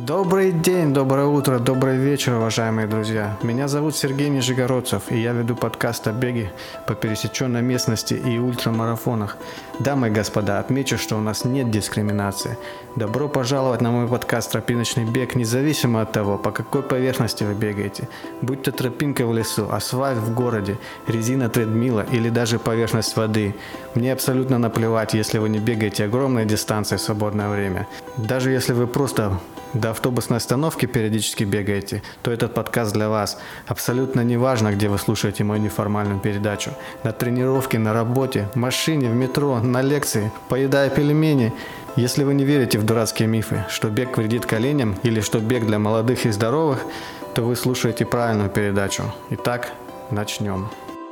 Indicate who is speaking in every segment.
Speaker 1: Добрый день, доброе утро, добрый вечер, уважаемые друзья. Меня зовут Сергей Нижегородцев, и я веду подкаст о беге по пересеченной местности и ультрамарафонах. Дамы и господа, отмечу, что у нас нет дискриминации. Добро пожаловать на мой подкаст «Тропиночный бег», независимо от того, по какой поверхности вы бегаете. Будь то тропинка в лесу, асфальт в городе, резина тредмила или даже поверхность воды. Мне абсолютно наплевать, если вы не бегаете огромные дистанции в свободное время. Даже если вы просто до автобусной остановки периодически бегаете, то этот подкаст для вас. Абсолютно не важно, где вы слушаете мою неформальную передачу. На тренировке, на работе, в машине, в метро, на лекции, поедая пельмени. Если вы не верите в дурацкие мифы, что бег вредит коленям или что бег для молодых и здоровых, то вы слушаете правильную передачу. Итак, начнем.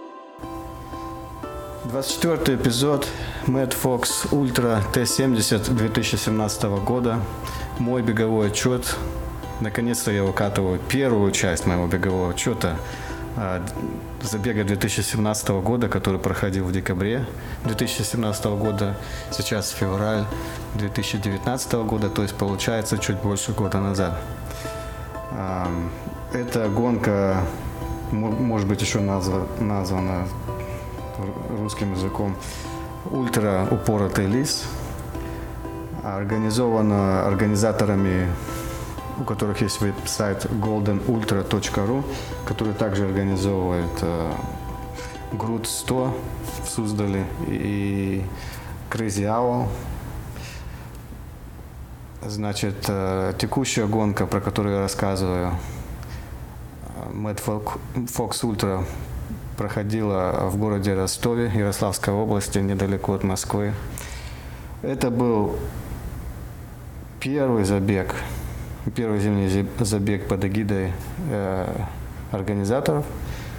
Speaker 1: 24-й эпизод Mad Fox Ultra T70 2017 года. Мой беговой отчет. Наконец-то я выкатываю первую часть моего бегового отчета забега 2017 года, который проходил в декабре 2017 года. Сейчас февраль 2019 года, то есть получается чуть больше года назад. Эта гонка, может быть, еще названа русским языком «Ультра упоротый лис», организована организаторами, у которых есть веб-сайт goldenultra.ru, который также организовывает Груд 100 в Суздале и Crazy Owl. Значит, текущая гонка, про которую я рассказываю, Mad Fox Ultra, проходила в городе Ростове, Ярославской области, недалеко от Москвы. Это был первый зимний забег под эгидой организаторов.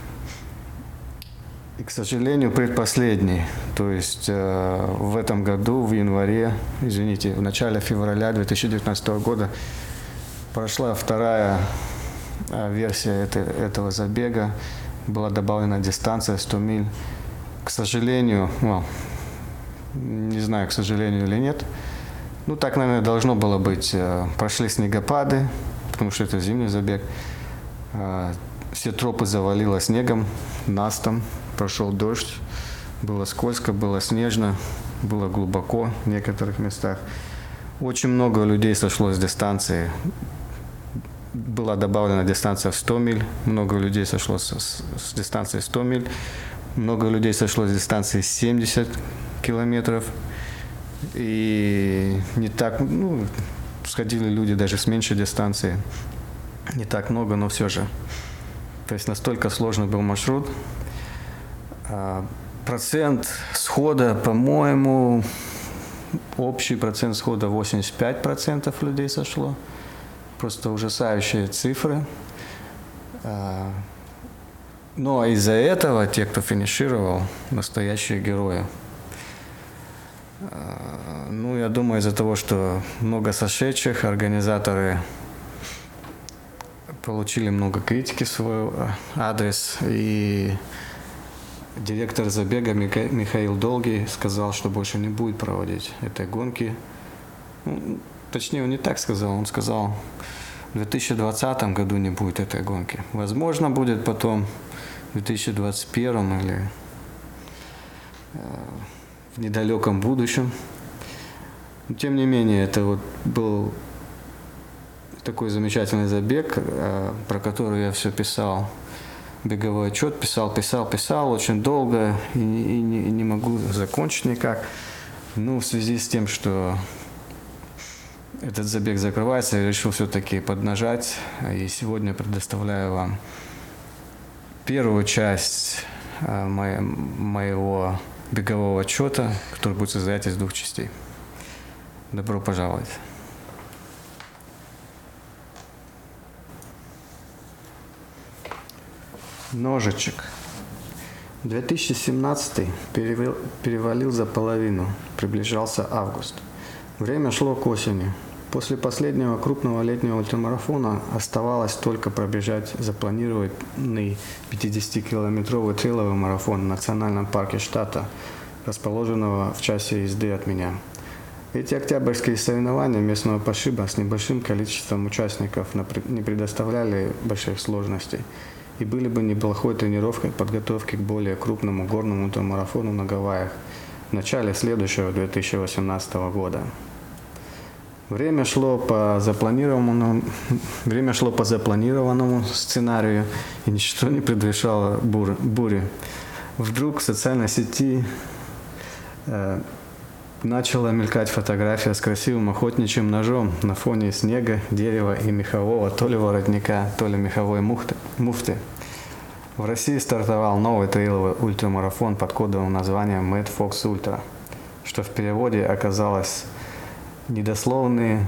Speaker 1: И, к сожалению, предпоследний. То есть в этом году, в начале февраля 2019 года прошла вторая версия этого забега. Была добавлена дистанция 100 миль. К сожалению, не знаю, к сожалению или нет, так, наверное, должно было быть. Прошли снегопады, потому что это зимний забег. Все тропы завалило снегом, настом, прошел дождь. Было скользко, было снежно, было глубоко в некоторых местах. Очень много людей сошло с дистанции. Была добавлена дистанция в 100 миль. Много людей сошло с дистанции 100 миль. Много людей сошло с дистанции 70 километров. И не так, сходили люди даже с меньшей дистанции. Не так много, но все же. То есть настолько сложный был маршрут. Процент схода, по-моему, общий процент схода 85% людей сошло. Просто ужасающие цифры. Но из-за этого те, кто финишировал, настоящие герои. Я думаю, из-за того, что много сошедших, организаторы получили много критики в свой адрес, и директор забега Михаил Долгий сказал, что больше не будет проводить этой гонки. Точнее, он не так сказал, он сказал, в 2020 году не будет этой гонки. Возможно, будет потом в 2021 или в недалеком будущем. Но, тем не менее, это был такой замечательный забег, про который я все писал. Беговой отчет писал очень долго и не могу закончить никак. В связи с тем, что этот забег закрывается, я решил все-таки поднажать. И сегодня предоставляю вам первую часть моего бегового отчета, который будет состоять из 2 частей. Добро пожаловать. Ножичек. 2017 перевалил за половину, приближался август. Время шло к осени. После последнего крупного летнего ультрамарафона оставалось только пробежать запланированный 50-километровый трейловый марафон в национальном парке штата, расположенного в часе езды от меня. Эти октябрьские соревнования местного пошиба с небольшим количеством участников не предоставляли больших сложностей и были бы неплохой тренировкой подготовки к более крупному горному ультрамарафону на Гавайях в начале следующего 2018 года. Время шло по запланированному сценарию, и ничто не предвещало бури. Вдруг в социальной сети начала мелькать фотография с красивым охотничьим ножом на фоне снега, дерева и мехового то ли воротника, то ли меховой муфты. В России стартовал новый трейловый ультрамарафон под кодовым названием Mad Fox Ultra, что в переводе оказалось недословные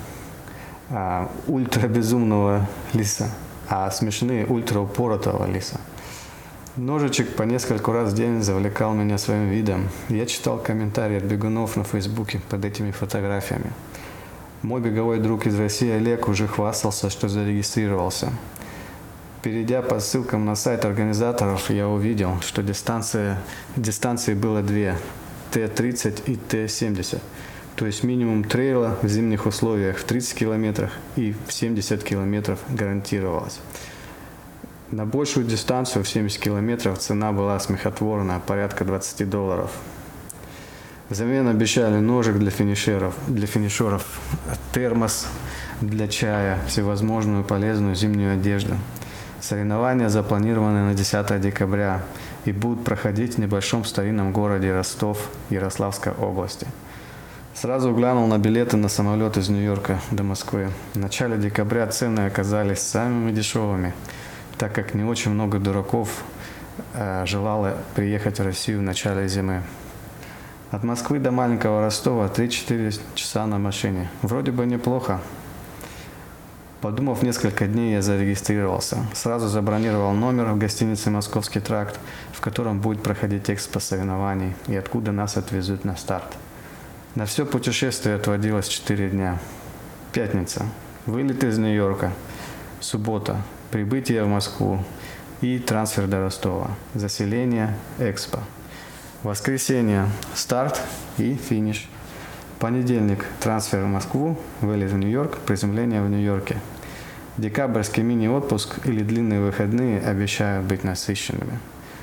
Speaker 1: ультрабезумного лиса, а смешные ультраупоротого лиса. Ножичек по нескольку раз в день завлекал меня своим видом. Я читал комментарии от бегунов на Фейсбуке под этими фотографиями. Мой беговой друг из России Олег уже хвастался, что зарегистрировался. Перейдя по ссылкам на сайт организаторов, я увидел, что дистанции было две – Т-30 и Т-70. То есть минимум трейла в зимних условиях в 30 километрах и в 70 километров гарантировалось. На большую дистанцию в 70 километров цена была смехотворная, порядка $20. Взамен обещали ножик для финишеров, термос для чая, всевозможную полезную зимнюю одежду. Соревнования запланированы на 10 декабря и будут проходить в небольшом старинном городе Ростов Ярославской области. Сразу глянул на билеты на самолет из Нью-Йорка до Москвы. В начале декабря цены оказались самыми дешевыми, так как не очень много дураков желало приехать в Россию в начале зимы. От Москвы до маленького Ростова 3-4 часа на машине. Вроде бы неплохо. Подумав несколько дней, я зарегистрировался. Сразу забронировал номер в гостинице «Московский тракт», в котором будет проходить экспо соревнований и откуда нас отвезут на старт. На все путешествие отводилось 4 дня. Пятница. Вылет из Нью-Йорка. Суббота. Прибытие в Москву и трансфер до Ростова. Заселение, экспо. Воскресенье. Старт и финиш. Понедельник. Трансфер в Москву, вылет в Нью-Йорк, приземление в Нью-Йорке. Декабрьский мини-отпуск или длинные выходные обещают быть насыщенными.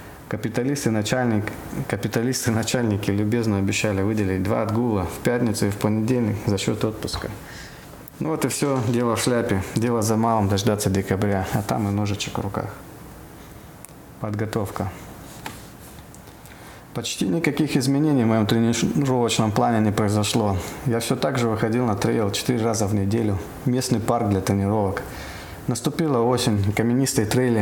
Speaker 1: Капиталисты-начальники любезно обещали выделить 2 отгула в пятницу и в понедельник за счет отпуска. Ну вот и все, дело в шляпе. Дело за малым дождаться декабря, а там и ножичек в руках. Подготовка. Почти никаких изменений в моем тренировочном плане не произошло. Я все так же выходил на трейл 4 раза в неделю, местный парк для тренировок. Наступила осень, каменистые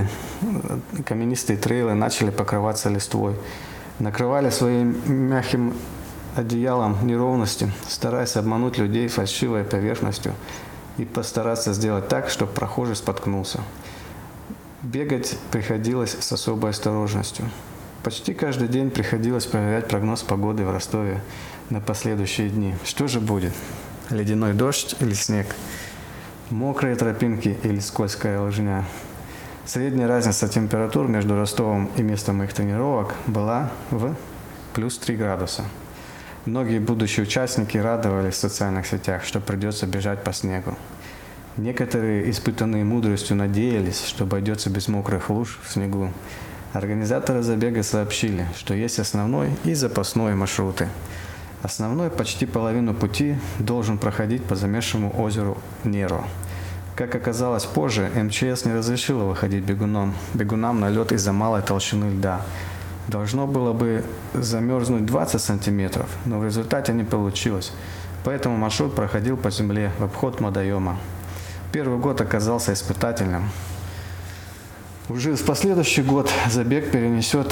Speaker 1: трейлы начали покрываться листвой. Накрывали своим мягким одеялом неровности, стараясь обмануть людей фальшивой поверхностью и постараться сделать так, чтобы прохожий споткнулся. Бегать приходилось с особой осторожностью. Почти каждый день приходилось проверять прогноз погоды в Ростове на последующие дни. Что же будет? Ледяной дождь или снег? Мокрые тропинки или скользкая лыжня? Средняя разница температур между Ростовом и местом моих тренировок была в плюс 3 градуса. Многие будущие участники радовались в социальных сетях, что придется бежать по снегу. Некоторые, испытанные мудростью, надеялись, что обойдется без мокрых луж в снегу. Организаторы забега сообщили, что есть основной и запасной маршруты. Основной почти половину пути должен проходить по замерзшему озеру Неро. Как оказалось позже, МЧС не разрешила выходить бегунам на лед из-за малой толщины льда. Должно было бы замерзнуть 20 сантиметров, но в результате не получилось. Поэтому маршрут проходил по земле в обход водоема. Первый год оказался испытательным. Уже в последующий год забег перенесут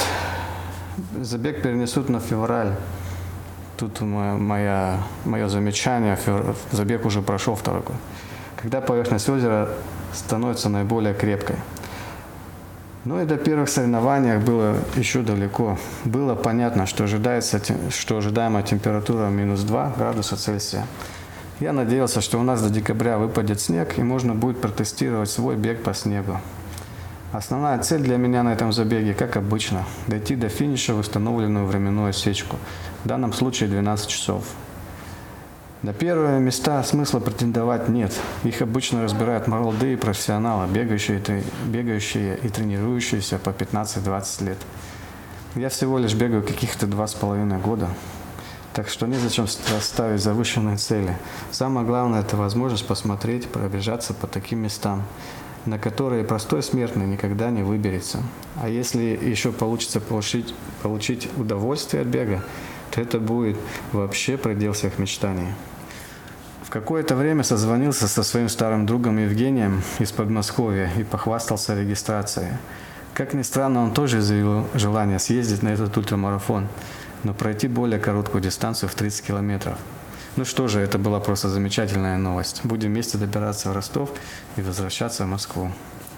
Speaker 1: на февраль. Тут мое замечание, забег уже прошел 2-й год. Когда поверхность озера становится наиболее крепкой. Но и до первых соревнований было еще далеко. Было понятно, что ожидаемая температура минус 2 градуса Цельсия. Я надеялся, что у нас до декабря выпадет снег и можно будет протестировать свой бег по снегу. Основная цель для меня на этом забеге, как обычно, дойти до финиша в установленную временную отсечку, в данном случае 12 часов. На первые места смысла претендовать нет. Их обычно разбирают молодые профессионалы, бегающие и тренирующиеся по 15-20 лет. Я всего лишь бегаю каких-то 2,5 года, так что незачем ставить завышенные цели. Самое главное – это возможность посмотреть, пробежаться по таким местам, на которые простой смертный никогда не выберется. А если еще получится получить удовольствие от бега, то это будет вообще предел всех мечтаний. В какое-то время созвонился со своим старым другом Евгением из Подмосковья и похвастался регистрацией. Как ни странно, он тоже заявил желание съездить на этот ультрамарафон, но пройти более короткую дистанцию в 30 километров. Ну что же, это была просто замечательная новость. Будем вместе добираться в Ростов и возвращаться в Москву.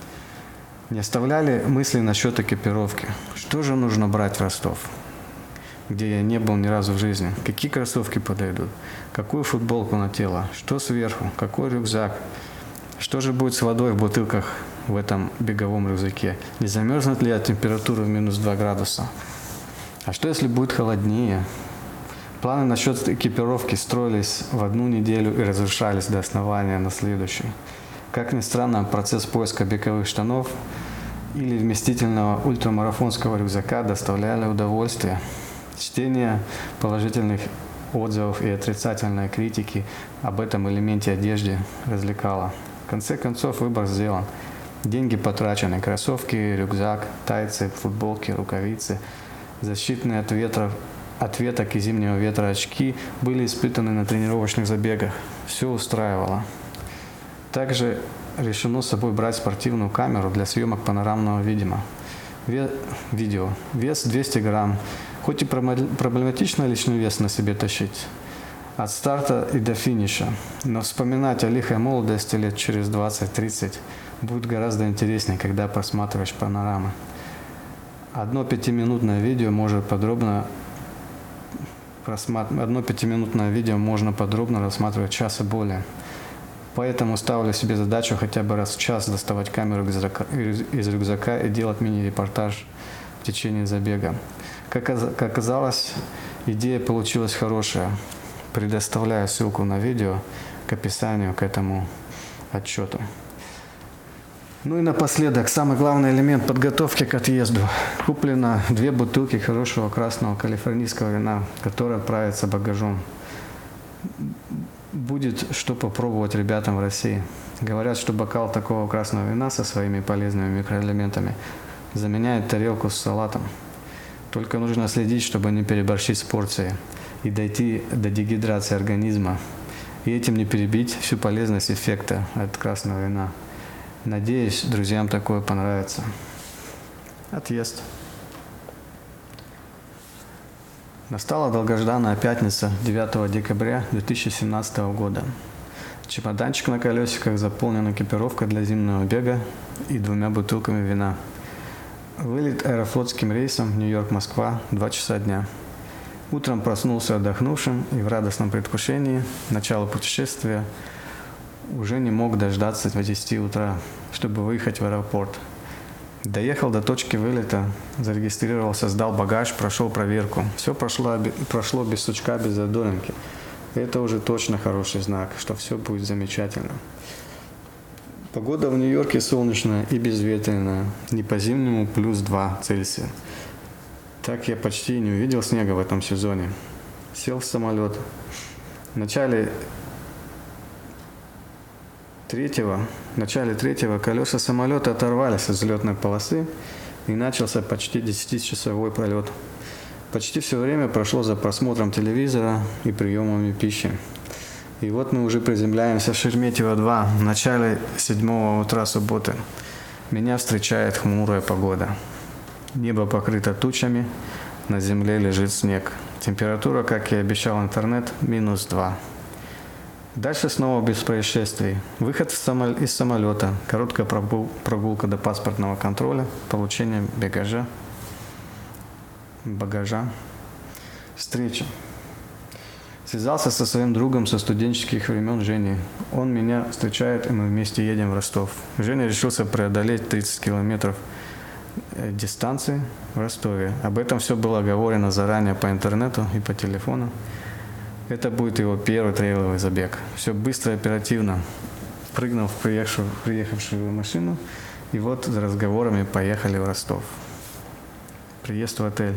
Speaker 1: Не оставляли мысли насчет экипировки. Что же нужно брать в Ростов, где я не был ни разу в жизни? Какие кроссовки подойдут? Какую футболку на тело? Что сверху? Какой рюкзак? Что же будет с водой в бутылках в этом беговом рюкзаке? Не замерзнет ли от температуры в минус 2 градуса? А что если будет холоднее? Планы насчет экипировки строились в одну неделю и разрушались до основания на следующую. Как ни странно, процесс поиска беговых штанов или вместительного ультрамарафонского рюкзака доставляли удовольствие. Чтение положительных отзывов и отрицательной критики об этом элементе одежды развлекало. В конце концов, выбор сделан. Деньги потрачены. Кроссовки, рюкзак, тайцы, футболки, рукавицы, защитные от веток и зимнего ветра очки были испытаны на тренировочных забегах. Все устраивало. Также решено с собой брать спортивную камеру для съемок панорамного видео. Вес 200 грамм. Хоть и проблематично лишний вес на себе тащить от старта и до финиша, но вспоминать о лихой молодости лет через 20-30 будет гораздо интереснее, когда просматриваешь панорамы. Одно пятиминутное видео можно подробно рассматривать час и более. Поэтому ставлю себе задачу хотя бы раз в час доставать камеру из рюкзака и делать мини-репортаж в течение забега. Как оказалось, идея получилась хорошая. Предоставляю ссылку на видео к описанию к этому отчету. Ну и напоследок, самый главный элемент подготовки к отъезду. Куплено 2 бутылки хорошего красного калифорнийского вина, которое отправится багажом. Будет что попробовать ребятам в России. Говорят, что бокал такого красного вина со своими полезными микроэлементами заменяет тарелку с салатом. Только нужно следить, чтобы не переборщить с порцией и дойти до дегидрации организма. И этим не перебить всю полезность эффекта от красного вина. Надеюсь, друзьям такое понравится. Отъезд. Настала долгожданная пятница 9 декабря 2017 года. Чемоданчик на колесиках заполнен экипировкой для зимнего бега и 2 бутылками вина. Вылет аэрофлотским рейсом Нью-Йорк-Москва 2 часа дня. Утром проснулся отдохнувшим и в радостном предвкушении начала путешествия уже не мог дождаться 10 утра, чтобы выехать в аэропорт. Доехал до точки вылета, зарегистрировался, сдал багаж, прошел проверку. Все прошло без сучка, без задоринки. Это уже точно хороший знак, что все будет замечательно. Погода в Нью-Йорке солнечная и безветренная, не по-зимнему +2 Цельсия. Так я почти не увидел снега в этом сезоне. Сел в самолет. В начале третьего колеса самолета оторвались от взлетной полосы и начался почти 10-часовой полет. Почти все время прошло за просмотром телевизора и приемами пищи. И вот мы уже приземляемся в Шереметьево-2 в начале 7 утра субботы. Меня встречает хмурая погода. Небо покрыто тучами, на земле лежит снег. Температура, как и обещал интернет, -2. Дальше снова без происшествий. Выход из самолета, короткая прогулка до паспортного контроля, получение багажа, встреча. Связался со своим другом со студенческих времен Женей. Он меня встречает, и мы вместе едем в Ростов. Женя решился преодолеть 30 километров дистанции в Ростове. Об этом все было оговорено заранее по интернету и по телефону. Это будет его первый трейловый забег. Все быстро и оперативно. Прыгнул в приехавшую машину, и вот за разговорами поехали в Ростов. Приезд в отель.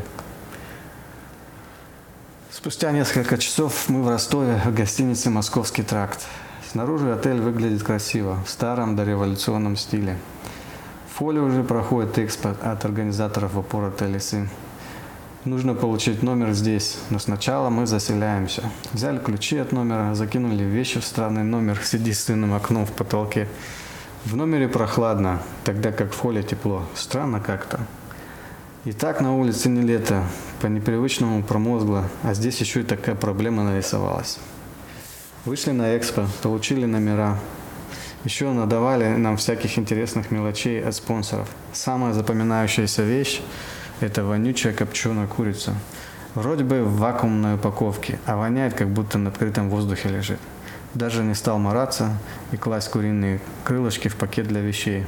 Speaker 1: Спустя несколько часов мы в Ростове в гостинице «Московский тракт». Снаружи отель выглядит красиво, в старом дореволюционном стиле. В фоле уже проходит экспорт от организаторов «Опор отель и сын». Нужно получить номер здесь, но сначала мы заселяемся. Взяли ключи от номера, закинули вещи в странный номер с единственным окном в потолке. В номере прохладно, тогда как в холле тепло. Странно как-то. И так на улице не лето, по непривычному промозгло, а здесь еще и такая проблема нарисовалась. Вышли на экспо, получили номера. Еще надавали нам всяких интересных мелочей от спонсоров. Самая запоминающаяся вещь – это вонючая копченая курица. Вроде бы в вакуумной упаковке, а воняет, как будто на открытом воздухе лежит. Даже не стал мараться и класть куриные крылышки в пакет для вещей.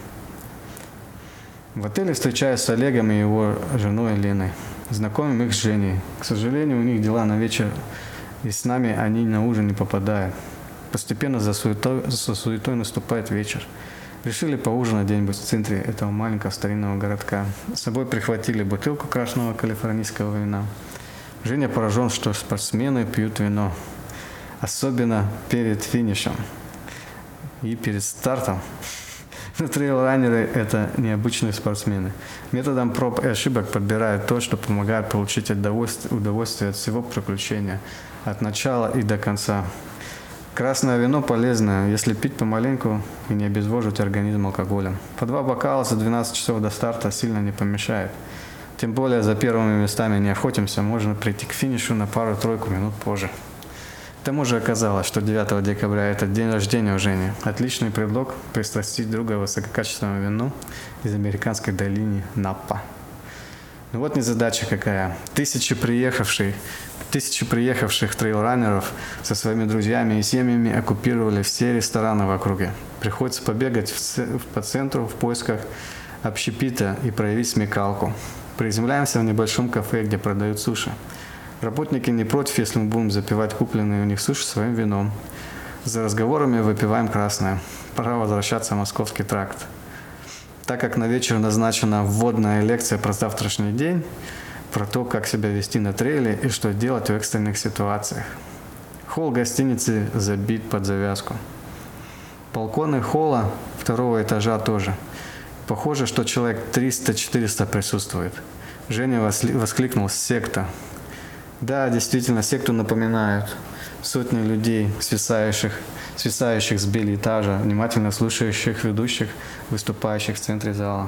Speaker 1: В отеле встречаюсь с Олегом и его женой Леной. Знакомим их с Женей. К сожалению, у них дела на вечер, и с нами они на ужин не попадают. Постепенно за суетой наступает вечер. Решили поужинать где-нибудь в центре этого маленького старинного городка. С собой прихватили бутылку красного калифорнийского вина. Женя поражен, что спортсмены пьют вино. Особенно перед финишем и перед стартом. Но трейл-раннеры – это необычные спортсмены. Методом проб и ошибок подбирают то, что помогает получить удовольствие от всего приключения, от начала и до конца. Красное вино полезно, если пить помаленьку и не обезвоживать организм алкоголем. По 2 бокала за 12 часов до старта сильно не помешает. Тем более за первыми местами не охотимся, можно прийти к финишу на пару-тройку минут позже. К тому же оказалось, что 9 декабря это день рождения у Жени. Отличный предлог пристрастить друга высококачественному вину из американской долины Наппа. Ну вот незадача какая. Тысячи приехавших трейл-раннеров со своими друзьями и семьями оккупировали все рестораны в округе. Приходится побегать по центру в поисках общепита и проявить смекалку. Приземляемся в небольшом кафе, где продают суши. Работники не против, если мы будем запивать купленные у них суши своим вином. За разговорами выпиваем красное. Пора возвращаться в Московский тракт. Так как на вечер назначена вводная лекция про завтрашний день, про то, как себя вести на трейле и что делать в экстренных ситуациях. Холл гостиницы забит под завязку. Балконы холла 2-го этажа тоже. Похоже, что человек 300-400 присутствует. Женя воскликнул: «Секта». Да, действительно, секту напоминают. Сотни людей, свисающих с бельэтажа, внимательно слушающих ведущих, выступающих в центре зала.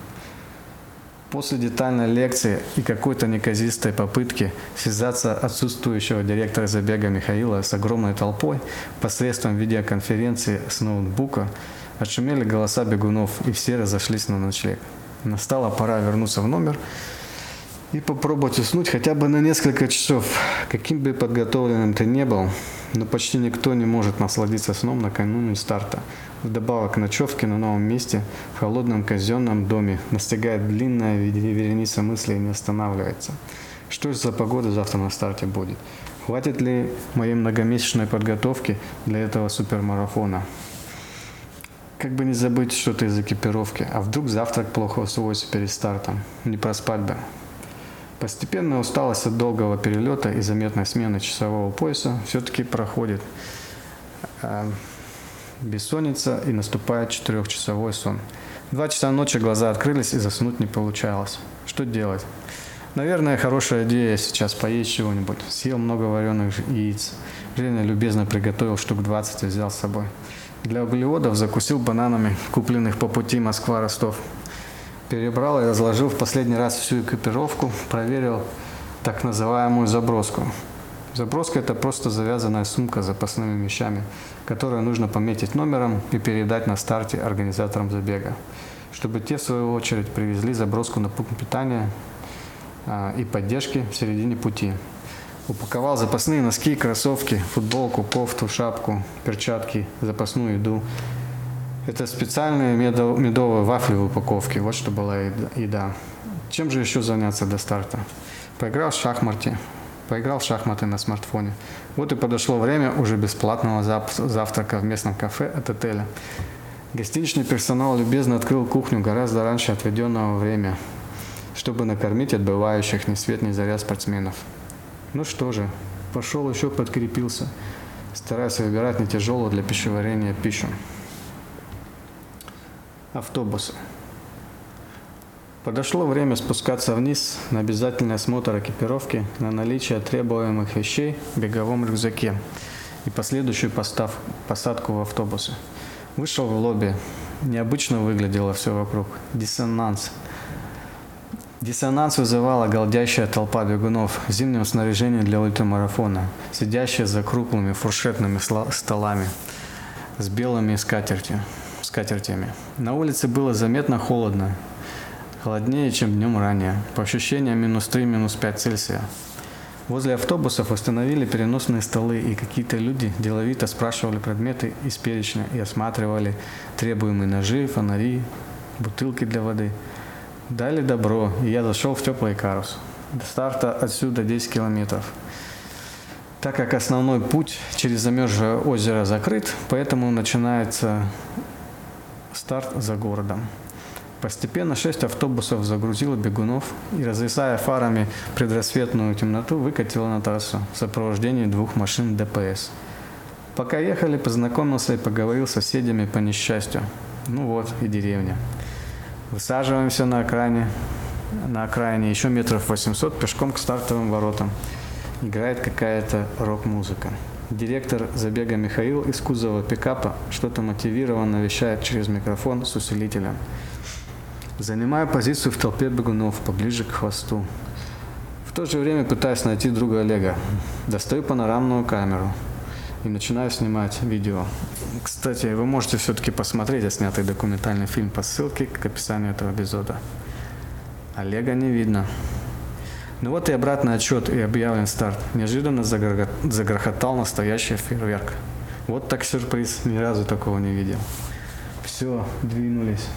Speaker 1: После детальной лекции и какой-то неказистой попытки связаться отсутствующего директора забега Михаила с огромной толпой посредством видеоконференции с ноутбука, отшумели голоса бегунов, и все разошлись на ночлег. Настала пора вернуться в номер и попробовать уснуть хотя бы на несколько часов. Каким бы подготовленным ты не был, но почти никто не может насладиться сном накануне старта. Вдобавок к ночевке на новом месте, в холодном казенном доме, настигает длинная вереница мыслей и не останавливается. Что же за погода завтра на старте будет? Хватит ли моей многомесячной подготовки для этого супермарафона? Как бы не забыть что-то из экипировки, а вдруг завтрак плохо усвоится перед стартом? Не проспать бы. Постепенно усталость от долгого перелета и заметной смены часового пояса все-таки проходит. Бессонница, и наступает 4-часовой сон. 2 часа ночи глаза открылись, и заснуть не получалось. Что делать? Наверное, хорошая идея сейчас поесть чего-нибудь. Съел много вареных яиц. Женя любезно приготовил штук 20 и взял с собой. Для углеводов закусил бананами, купленных по пути Москва-Ростов. Перебрал и разложил в последний раз всю экипировку, проверил так называемую заброску. Заброска – это просто завязанная сумка с запасными вещами, которую нужно пометить номером и передать на старте организаторам забега, чтобы те, в свою очередь, привезли заброску на пункт питания и поддержки в середине пути. Упаковал запасные носки, кроссовки, футболку, кофту, шапку, перчатки, запасную еду. Это специальные медовые вафли в упаковке. Вот что была еда. Чем же еще заняться до старта? Поиграл в шахматы, поиграл в шахматы на смартфоне. Вот и подошло время уже бесплатного завтрака в местном кафе от отеля. Гостиничный персонал любезно открыл кухню гораздо раньше отведенного времени, чтобы накормить отбывающих ни свет ни заря спортсменов. Ну что же, пошел еще подкрепился, стараясь выбирать не тяжелую для пищеварения пищу. Автобусы. Подошло время спускаться вниз на обязательный осмотр экипировки, на наличие требуемых вещей в беговом рюкзаке и последующую посадку в автобусы. Вышел в лобби. Необычно выглядело все вокруг. Диссонанс. Диссонанс вызывала голдящая толпа бегунов в зимнем снаряжении для ультрамарафона, сидящие за круглыми фуршетными столами с белыми скатертями. На улице было заметно холодно. Холоднее, чем днем ранее. По ощущениям -3, -5 Цельсия. Возле автобусов установили переносные столы, и какие-то люди деловито спрашивали предметы из перечня и осматривали требуемые ножи, фонари, бутылки для воды. Дали добро, и я зашел в теплый Икарус. До старта отсюда 10 километров. Так как основной путь через замерзшее озеро закрыт, поэтому начинается старт за городом. Постепенно 6 автобусов загрузило бегунов и, развисая фарами предрассветную темноту, выкатило на трассу в сопровождении 2 машин ДПС. Пока ехали, познакомился и поговорил с соседями по несчастью. Ну вот и деревня. Высаживаемся на окраине еще метров 800 пешком к стартовым воротам. Играет какая-то рок-музыка. Директор забега Михаил из кузова пикапа что-то мотивированно вещает через микрофон с усилителем. Занимаю позицию в толпе бегунов, поближе к хвосту. В то же время пытаюсь найти друга Олега. Достаю панорамную камеру и начинаю снимать видео. Кстати, вы можете все-таки посмотреть отснятый документальный фильм по ссылке к описанию этого эпизода. Олега не видно. Ну вот и обратный отчет, и объявлен старт. Неожиданно загрохотал настоящий фейерверк. Вот так сюрприз, ни разу такого не видел. Все, двинулись.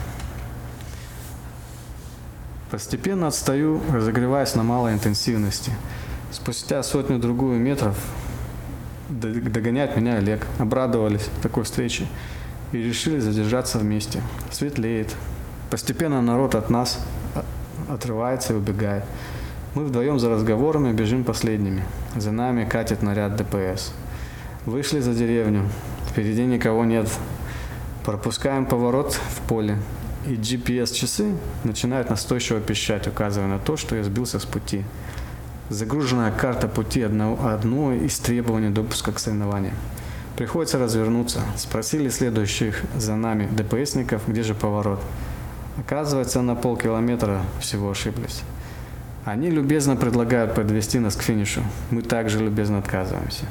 Speaker 1: Постепенно отстаю, разогреваясь на малой интенсивности. Спустя 100-другую метров догоняет меня Олег. Обрадовались такой встрече и решили задержаться вместе. Светлеет. Постепенно народ от нас отрывается и убегает. Мы вдвоем за разговорами бежим последними. За нами катит наряд ДПС. Вышли за деревню. Впереди никого нет. Пропускаем поворот в поле. И GPS-часы начинают настойчиво пищать, указывая на то, что я сбился с пути. Загруженная карта пути одно из требований допуска к соревнованиям. Приходится развернуться. Спросили следующих за нами ДПСников, где же поворот. Оказывается, на полкилометра всего ошиблись. Они любезно предлагают подвести нас к финишу. Мы также любезно отказываемся.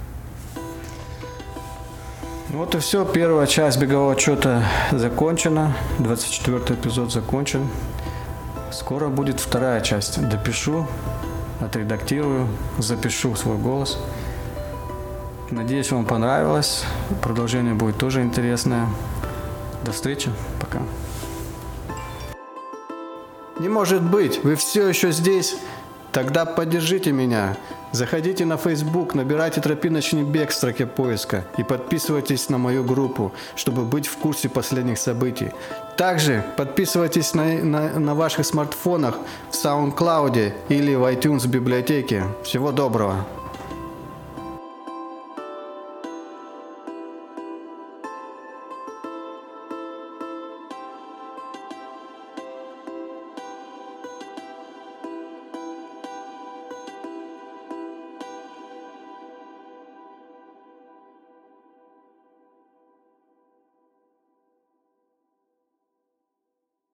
Speaker 1: Вот и все. Первая часть бегового отчета закончена. 24-й эпизод закончен. Скоро будет вторая часть. Допишу, отредактирую, запишу свой голос. Надеюсь, вам понравилось. Продолжение будет тоже интересное. До встречи. Пока. Не может быть, вы все еще здесь? Тогда поддержите меня. Заходите на Facebook, набирайте «Тропиночный бег» в строке поиска и подписывайтесь на мою группу, чтобы быть в курсе последних событий. Также подписывайтесь на ваших смартфонах в SoundCloud или в iTunes библиотеке. Всего доброго!